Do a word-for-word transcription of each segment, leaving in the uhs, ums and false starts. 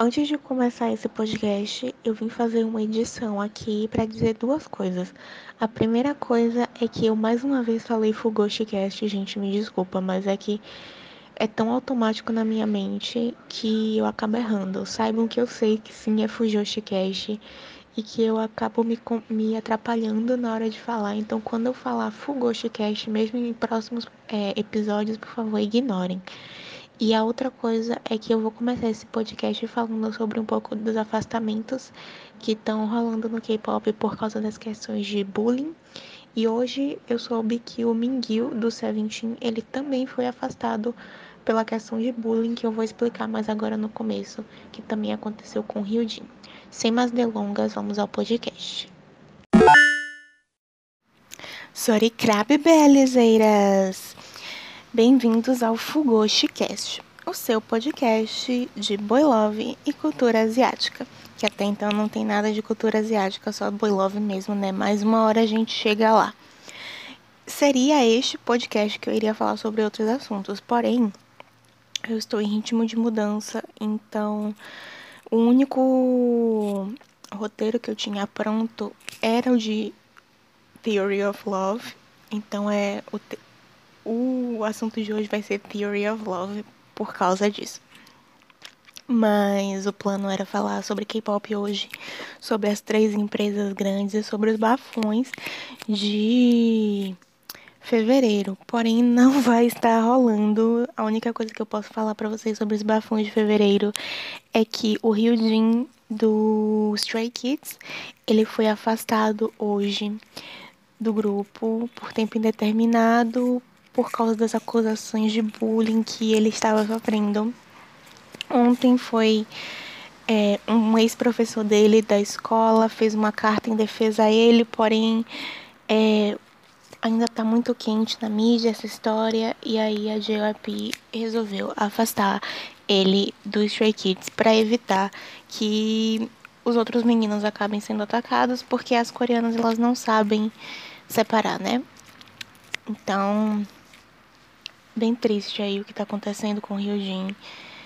Antes de começar esse podcast, eu vim fazer uma edição aqui para dizer duas coisas. A primeira coisa é que eu mais uma vez falei FugoshиCast, gente, me desculpa, mas é que é tão automático na minha mente que eu acabo errando. Saibam que eu sei que sim é FugoshиCast e que eu acabo me, me atrapalhando na hora de falar. Então, quando eu falar FugoshiCast, mesmo em próximos é, episódios, por favor, ignorem. E a outra coisa é que eu vou começar esse podcast falando sobre um pouco dos afastamentos que estão rolando no K-pop por causa das questões de bullying. E hoje eu soube que o Mingyu do Seventeen, ele também foi afastado pela questão de bullying, que eu vou explicar mais agora no começo, que também aconteceu com o Hyunjin. Sem mais delongas, vamos ao podcast. Sorry, crab belezeiras! Bem-vindos ao FugoshiCast, o seu podcast de boy love e cultura asiática. Que até então não tem nada de cultura asiática, só boy love mesmo, né? Mais uma hora a gente chega lá. Seria este podcast que eu iria falar sobre outros assuntos, porém, eu estou em ritmo de mudança, então o único roteiro que eu tinha pronto era o de Theory of Love, então é o te- O assunto de hoje vai ser Theory of Love por causa disso. Mas o plano era falar sobre K-pop hoje, sobre as três empresas grandes e sobre os bafões de fevereiro. Porém, não vai estar rolando. A única coisa que eu posso falar pra vocês sobre os bafões de fevereiro é que o Hyunjin do Stray Kids, ele foi afastado hoje do grupo por tempo indeterminado por causa das acusações de bullying que ele estava sofrendo. Ontem foi é, um ex-professor dele da escola, fez uma carta em defesa a ele, porém é, ainda está muito quente na mídia essa história, e aí a J Y P resolveu afastar ele do Stray Kids para evitar que os outros meninos acabem sendo atacados, porque as coreanas elas não sabem separar, né? Então, bem triste aí o que tá acontecendo com o Hyunjin.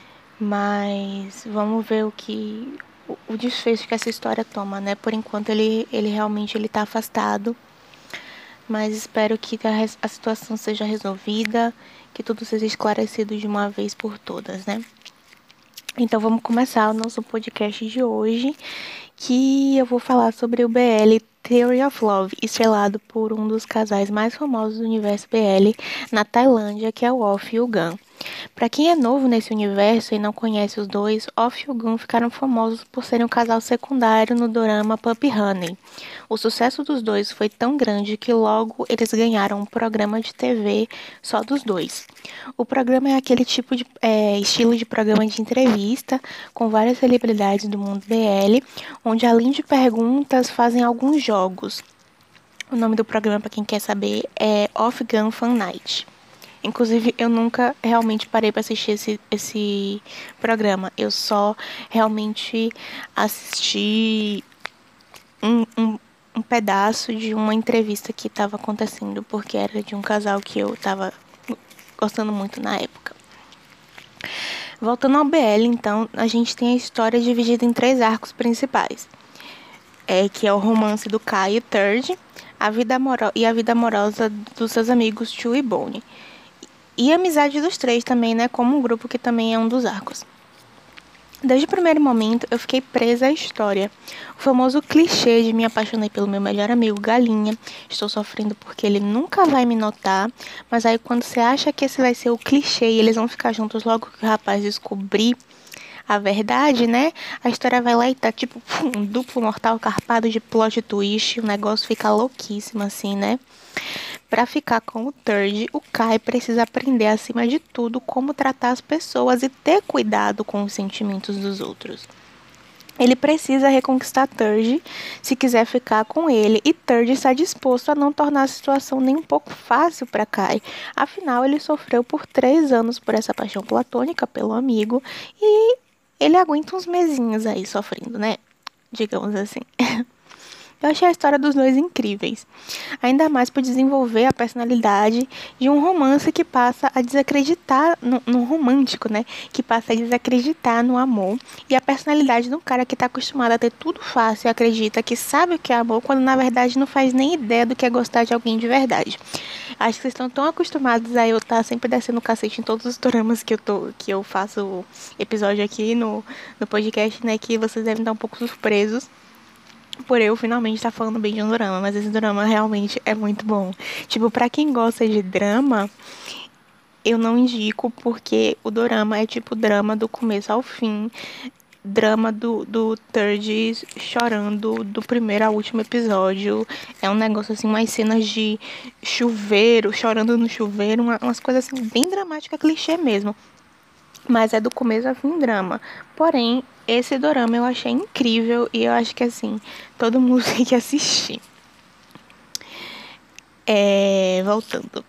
Mas vamos ver o que o, o desfecho que essa história toma, né? Por enquanto ele, ele realmente ele tá afastado. Mas espero que a, a situação seja resolvida, que tudo seja esclarecido de uma vez por todas, né? Então vamos começar o nosso podcast de hoje, que eu vou falar sobre o B L Theory of Love, estrelado por um dos casais mais famosos do universo B L na Tailândia, que é o Off e o Gun. Para quem é novo nesse universo e não conhece os dois, Off e o Gun ficaram famosos por serem um casal secundário no dorama Puppy Honey. O sucesso dos dois foi tão grande que logo eles ganharam um programa de T V só dos dois. O programa é aquele tipo de é, estilo de programa de entrevista com várias celebridades do mundo B L, onde além de perguntas fazem alguns jogos. O nome do programa, para quem quer saber, é Off Gun Fan Night. Inclusive, eu nunca realmente parei para assistir esse, esse programa. Eu só realmente assisti um, um, um pedaço de uma entrevista que estava acontecendo, porque era de um casal que eu estava gostando muito na época. Voltando ao B L, então, a gente tem a história dividida em três arcos principais. É, que é o romance do Kai e Third, a vida amoro- e a vida amorosa dos seus amigos Chu e Bonnie. E a amizade dos três também, né? Como um grupo que também é um dos arcos. Desde o primeiro momento, eu fiquei presa à história. O famoso clichê de me apaixonei pelo meu melhor amigo Galinha. Estou sofrendo porque ele nunca vai me notar. Mas aí quando você acha que esse vai ser o clichê e eles vão ficar juntos logo que o rapaz descobrir a verdade, né? A história vai lá e tá tipo um duplo mortal carpado de plot twist. O negócio fica louquíssimo assim, né? Para ficar com o Third, o Kai precisa aprender acima de tudo como tratar as pessoas e ter cuidado com os sentimentos dos outros. Ele precisa reconquistar Third se quiser ficar com ele, e Third está disposto a não tornar a situação nem um pouco fácil para Kai. Afinal, ele sofreu por três anos por essa paixão platônica pelo amigo e ele aguenta uns mesinhos aí sofrendo, né? Digamos assim. Eu achei a história dos dois incríveis, ainda mais por desenvolver a personalidade de um romance que passa a desacreditar, no, no romântico, né, que passa a desacreditar no amor, e a personalidade de um cara que está acostumado a ter tudo fácil e acredita que sabe o que é amor, quando na verdade não faz nem ideia do que é gostar de alguém de verdade. Acho que vocês estão tão acostumados a eu estar sempre descendo o cacete em todos os doramas que eu, tô, que eu faço episódio aqui no, no podcast, né, que vocês devem estar um pouco surpresos por eu finalmente estar falando bem de um drama, mas esse drama realmente é muito bom. Tipo, pra quem gosta de drama, eu não indico, porque o dorama é tipo drama do começo ao fim, drama do, do Third chorando do primeiro ao último episódio. É um negócio assim, umas cenas de chuveiro, chorando no chuveiro, uma, umas coisas assim, bem dramáticas, clichê mesmo. Mas é do começo ao fim drama. Porém, esse dorama eu achei incrível e eu acho que assim, todo mundo tem que assistir. É, voltando.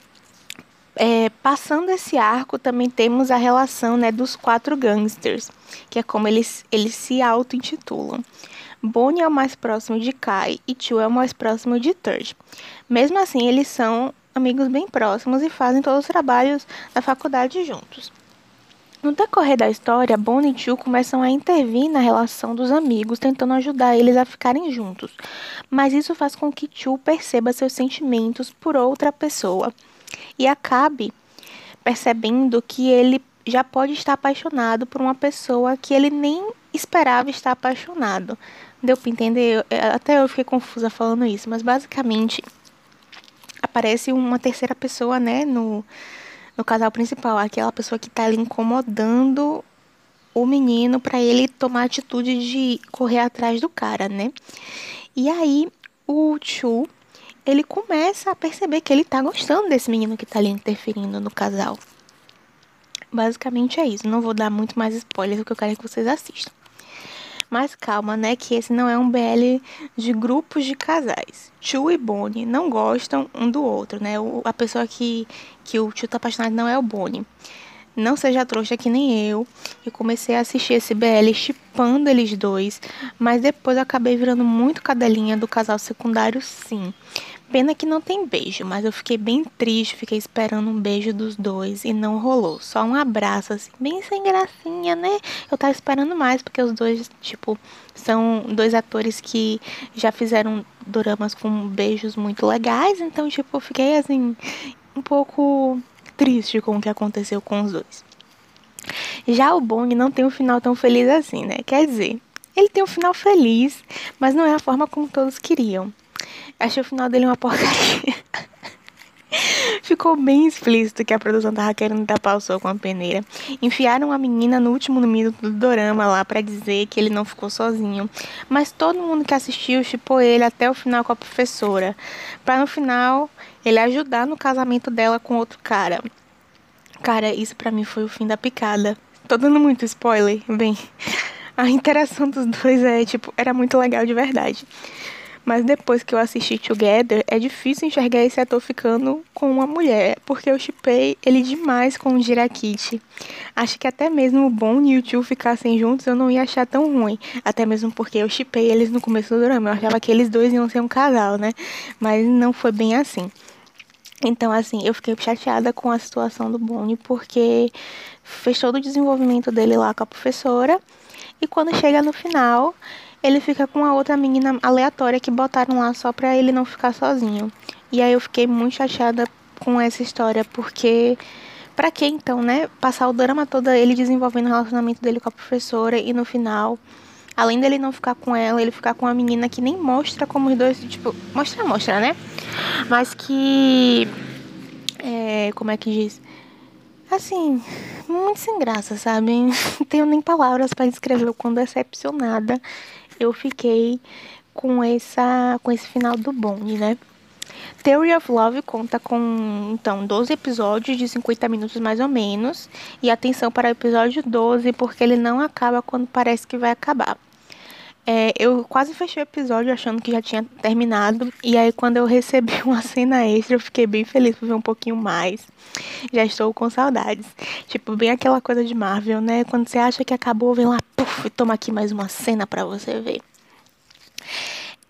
É, passando esse arco, também temos a relação, né, dos quatro gangsters, que é como eles, eles se auto-intitulam. Bonnie é o mais próximo de Kai e Chu é o mais próximo de Third. Mesmo assim, eles são amigos bem próximos e fazem todos os trabalhos da faculdade juntos. No decorrer da história, Bonnie e Chu começam a intervir na relação dos amigos, tentando ajudar eles a ficarem juntos. Mas isso faz com que Chu perceba seus sentimentos por outra pessoa e acabe percebendo que ele já pode estar apaixonado por uma pessoa que ele nem esperava estar apaixonado. Deu pra entender? Até eu fiquei confusa falando isso, mas basicamente aparece uma terceira pessoa, né, no no casal principal, aquela pessoa que tá ali incomodando o menino para ele tomar a atitude de correr atrás do cara, né? E aí o Chu, ele começa a perceber que ele tá gostando desse menino que tá ali interferindo no casal. Basicamente é isso, não vou dar muito mais spoilers, o que eu quero é que vocês assistam. Mas calma, né, que esse não é um B L de grupos de casais. Chu e Bonnie não gostam um do outro, né? O, a pessoa que, que o Chu tá apaixonado não é o Bonnie. Não seja trouxa que nem eu. Eu comecei a assistir esse B L shippando eles dois, mas depois eu acabei virando muito cadelinha do casal secundário, sim. Pena que não tem beijo, mas eu fiquei bem triste, fiquei esperando um beijo dos dois e não rolou. Só um abraço, assim, bem sem gracinha, né? Eu tava esperando mais, porque os dois, tipo, são dois atores que já fizeram doramas com beijos muito legais, então, tipo, eu fiquei, assim, um pouco triste com o que aconteceu com os dois. Já o Bonnie não tem um final tão feliz assim, né? Quer dizer, ele tem um final feliz, mas não é a forma como todos queriam. Achei o final dele uma porcaria. Ficou bem explícito que a produção tava querendo tapar o sol com a peneira. Enfiaram a menina no último minuto do dorama lá pra dizer que ele não ficou sozinho. Mas todo mundo que assistiu chipou ele até o final com a professora. Pra no final ele ajudar no casamento dela com outro cara. Cara, isso pra mim foi o fim da picada. Tô dando muito spoiler. Bem, a interação dos dois é, tipo, era muito legal de verdade. Mas depois que eu assisti Together, é difícil enxergar esse ator ficando com uma mulher, porque eu shippei ele demais com o Jirakichi. Acho que até mesmo o Bonnie e o Chu ficassem juntos eu não ia achar tão ruim. Até mesmo porque eu shippei eles no começo do drama. Eu achava que eles dois iam ser um casal, né? Mas não foi bem assim. Então, assim, eu fiquei chateada com a situação do Bonnie, porque fez todo o desenvolvimento dele lá com a professora. E quando chega no final, ele fica com a outra menina aleatória que botaram lá só pra ele não ficar sozinho. E aí eu fiquei muito chateada com essa história, porque pra que então, né? Passar o drama todo ele desenvolvendo o relacionamento dele com a professora e no final, além dele não ficar com ela, ele ficar com a menina que nem mostra como os dois, tipo, mostra, mostra, né? Mas que, é, como é que diz? Assim, muito sem graça, sabe? Não tenho nem palavras pra descrever o quão decepcionada eu fiquei com, essa, com esse final do Bonnie, né? Theory of Love conta com, então, doze episódios de cinquenta minutos mais ou menos. E atenção para o episódio doze, porque ele não acaba quando parece que vai acabar. É, eu quase fechei o episódio achando que já tinha terminado. E aí, quando eu recebi uma cena extra, eu fiquei bem feliz por ver um pouquinho mais. Já estou com saudades. Tipo, bem aquela coisa de Marvel, né? Quando você acha que acabou, vem lá, puf, e toma aqui mais uma cena pra você ver.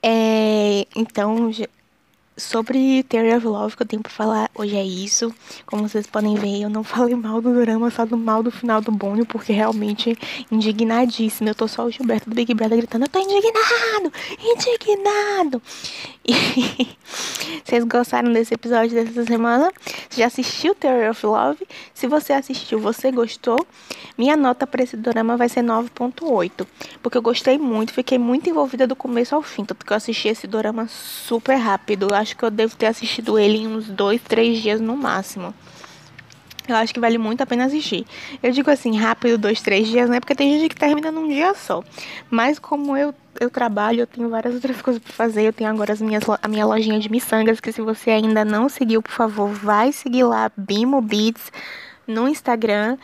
É, então, sobre Theory of Love que eu tenho pra falar hoje é isso. Como vocês podem ver, eu não falei mal do drama, só do mal do final do Bonnie, porque realmente indignadíssima. Eu tô só o Gilberto do Big Brother gritando, eu tô indignado, indignado. E vocês gostaram desse episódio dessa semana? Você já assistiu Theory of Love? Se você assistiu, você gostou? Minha nota para esse drama vai ser nove ponto oito, porque eu gostei muito, fiquei muito envolvida do começo ao fim, tanto que eu assisti esse drama super rápido. Eu acho que eu devo ter assistido ele em uns dois, três dias no máximo. Eu acho que vale muito a pena assistir. Eu digo assim, rápido, dois, três dias, né? Porque tem gente que termina num dia só. Mas como eu, eu trabalho, eu tenho várias outras coisas pra fazer. Eu tenho agora as minhas, a minha lojinha de miçangas, que se você ainda não seguiu, por favor, vai seguir lá, Bimo Beats, no Instagram.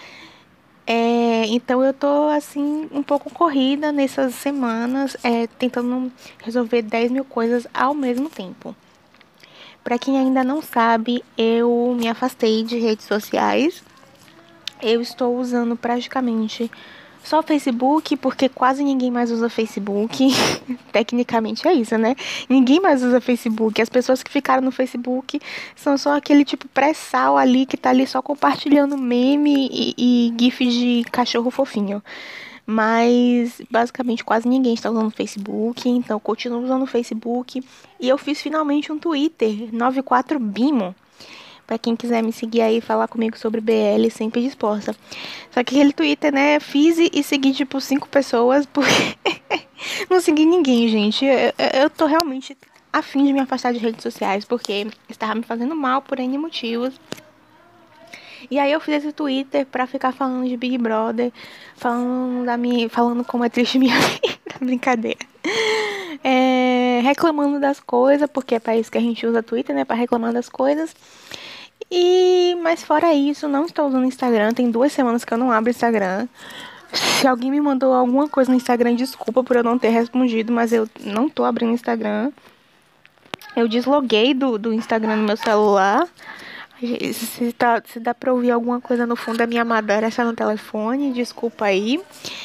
É, então eu tô assim um pouco corrida nessas semanas, é, tentando resolver dez mil coisas ao mesmo tempo. Pra quem ainda não sabe, eu me afastei de redes sociais. Eu estou usando praticamente só Facebook, porque quase ninguém mais usa Facebook. Tecnicamente é isso, né? Ninguém mais usa Facebook. As pessoas que ficaram no Facebook são só aquele tipo pré-sal ali que tá ali só compartilhando meme e, e gif de cachorro fofinho. Mas basicamente quase ninguém está usando o Facebook, então eu continuo usando o Facebook. E eu fiz finalmente um Twitter, noventa e quatro Bimo. Pra quem quiser me seguir aí e falar comigo sobre B L, sempre disposta. Só que aquele Twitter, né, fiz e segui, tipo, cinco pessoas, porque não segui ninguém, gente. Eu, eu tô realmente a fim de me afastar de redes sociais, porque estava me fazendo mal por N motivos. E aí eu fiz esse Twitter pra ficar falando de Big Brother, falando da minha, falando como é triste minha vida, brincadeira. É, reclamando das coisas, porque é pra isso que a gente usa Twitter, né, pra reclamar das coisas. E, mas fora isso, não estou usando Instagram. Tem duas semanas que eu não abro Instagram. Se alguém me mandou alguma coisa no Instagram, desculpa por eu não ter respondido, mas eu não tô abrindo Instagram. Eu desloguei do, do Instagram no meu celular. Se, tá, se dá pra ouvir alguma coisa no fundo da minha Madara, essa no telefone, desculpa aí.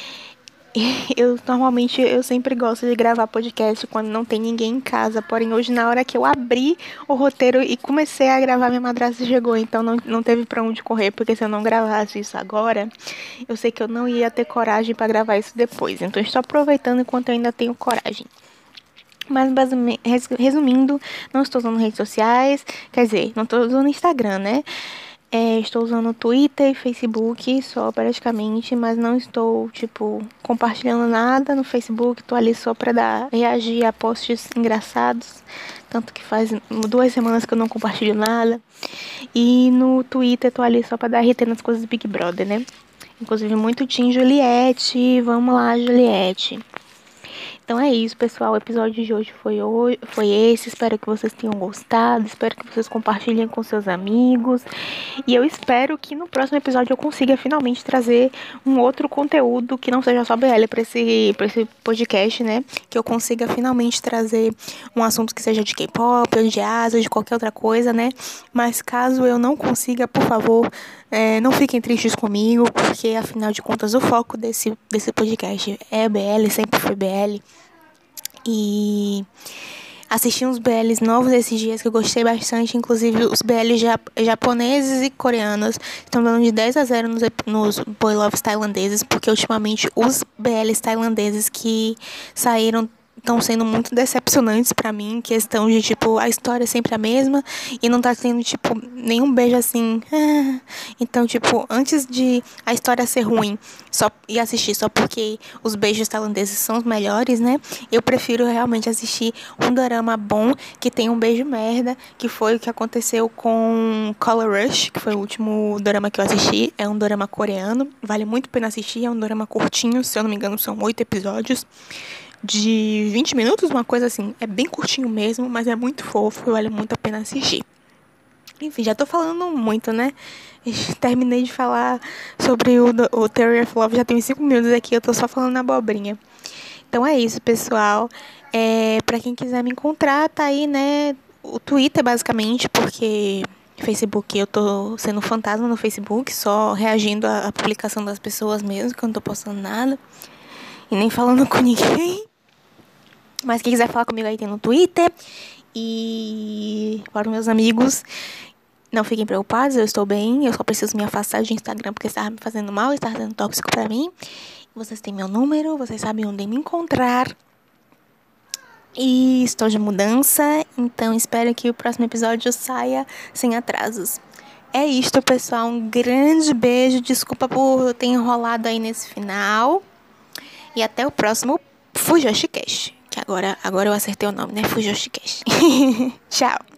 Eu normalmente, eu sempre gosto de gravar podcast quando não tem ninguém em casa. Porém, hoje, na hora que eu abri o roteiro e comecei a gravar, minha madrasta chegou. Então, não, não teve pra onde correr. Porque se eu não gravasse isso agora, eu sei que eu não ia ter coragem pra gravar isso depois. Então, estou aproveitando enquanto eu ainda tenho coragem. Mas, resumindo, não estou usando redes sociais. Quer dizer, não estou usando Instagram, né? É, estou usando Twitter e Facebook só praticamente, mas não estou, tipo, compartilhando nada no Facebook. Estou ali só para dar, reagir a posts engraçados. Tanto que faz duas semanas que eu não compartilho nada. E no Twitter estou ali só para dar R T nas coisas do Big Brother, né? Inclusive muito Team Juliette. Vamos lá, Juliette. Então é isso, pessoal. O episódio de hoje foi, hoje, foi esse. Espero que vocês tenham gostado. Espero que vocês compartilhem com seus amigos. E eu espero que no próximo episódio eu consiga finalmente trazer um outro conteúdo que não seja só B L para esse, pra esse podcast, né? Que eu consiga finalmente trazer um assunto que seja de K-pop, ou de Asa, de qualquer outra coisa, né? Mas caso eu não consiga, por favor, é, não fiquem tristes comigo, porque afinal de contas o foco desse, desse podcast é B L, sempre foi B L. E assisti uns B Ls novos esses dias que eu gostei bastante. Inclusive os B Ls japoneses e coreanos estão dando de dez a zero nos, nos Boy Loves tailandeses, porque ultimamente os B Ls tailandeses que saíram estão sendo muito decepcionantes pra mim, em questão de, tipo, a história é sempre a mesma e não tá tendo, tipo, nenhum beijo assim. Ah. Então, tipo, antes de a história ser ruim só e assistir só porque os beijos tailandeses são os melhores, né? Eu prefiro realmente assistir um dorama bom que tem um beijo merda, que foi o que aconteceu com Color Rush, que foi o último dorama que eu assisti. É um dorama coreano, vale muito a pena assistir, é um dorama curtinho, se eu não me engano são oito episódios de vinte minutos, uma coisa assim. É bem curtinho mesmo, mas é muito fofo e vale muito a pena assistir. Enfim, já tô falando muito, né? Terminei de falar sobre o, o Theory of Love, já tem cinco minutos aqui, eu tô só falando abobrinha. Então é isso, pessoal. É, pra quem quiser me encontrar, tá aí, né? O Twitter, basicamente, porque Facebook, eu tô sendo fantasma no Facebook, só reagindo à, à publicação das pessoas mesmo, que eu não tô postando nada. E nem falando com ninguém. Mas quem quiser falar comigo aí tem no Twitter. E para os meus amigos, não fiquem preocupados, eu estou bem. Eu só preciso me afastar de Instagram porque estava me fazendo mal, estava sendo tóxico pra mim. Vocês têm meu número, vocês sabem onde me encontrar. E estou de mudança, então espero que o próximo episódio saia sem atrasos. É isto, pessoal. Um grande beijo. Desculpa por ter enrolado aí nesse final. E até o próximo Fujoshi Cast. Que agora, agora eu acertei o nome, né? Fujoshi Cast. Tchau.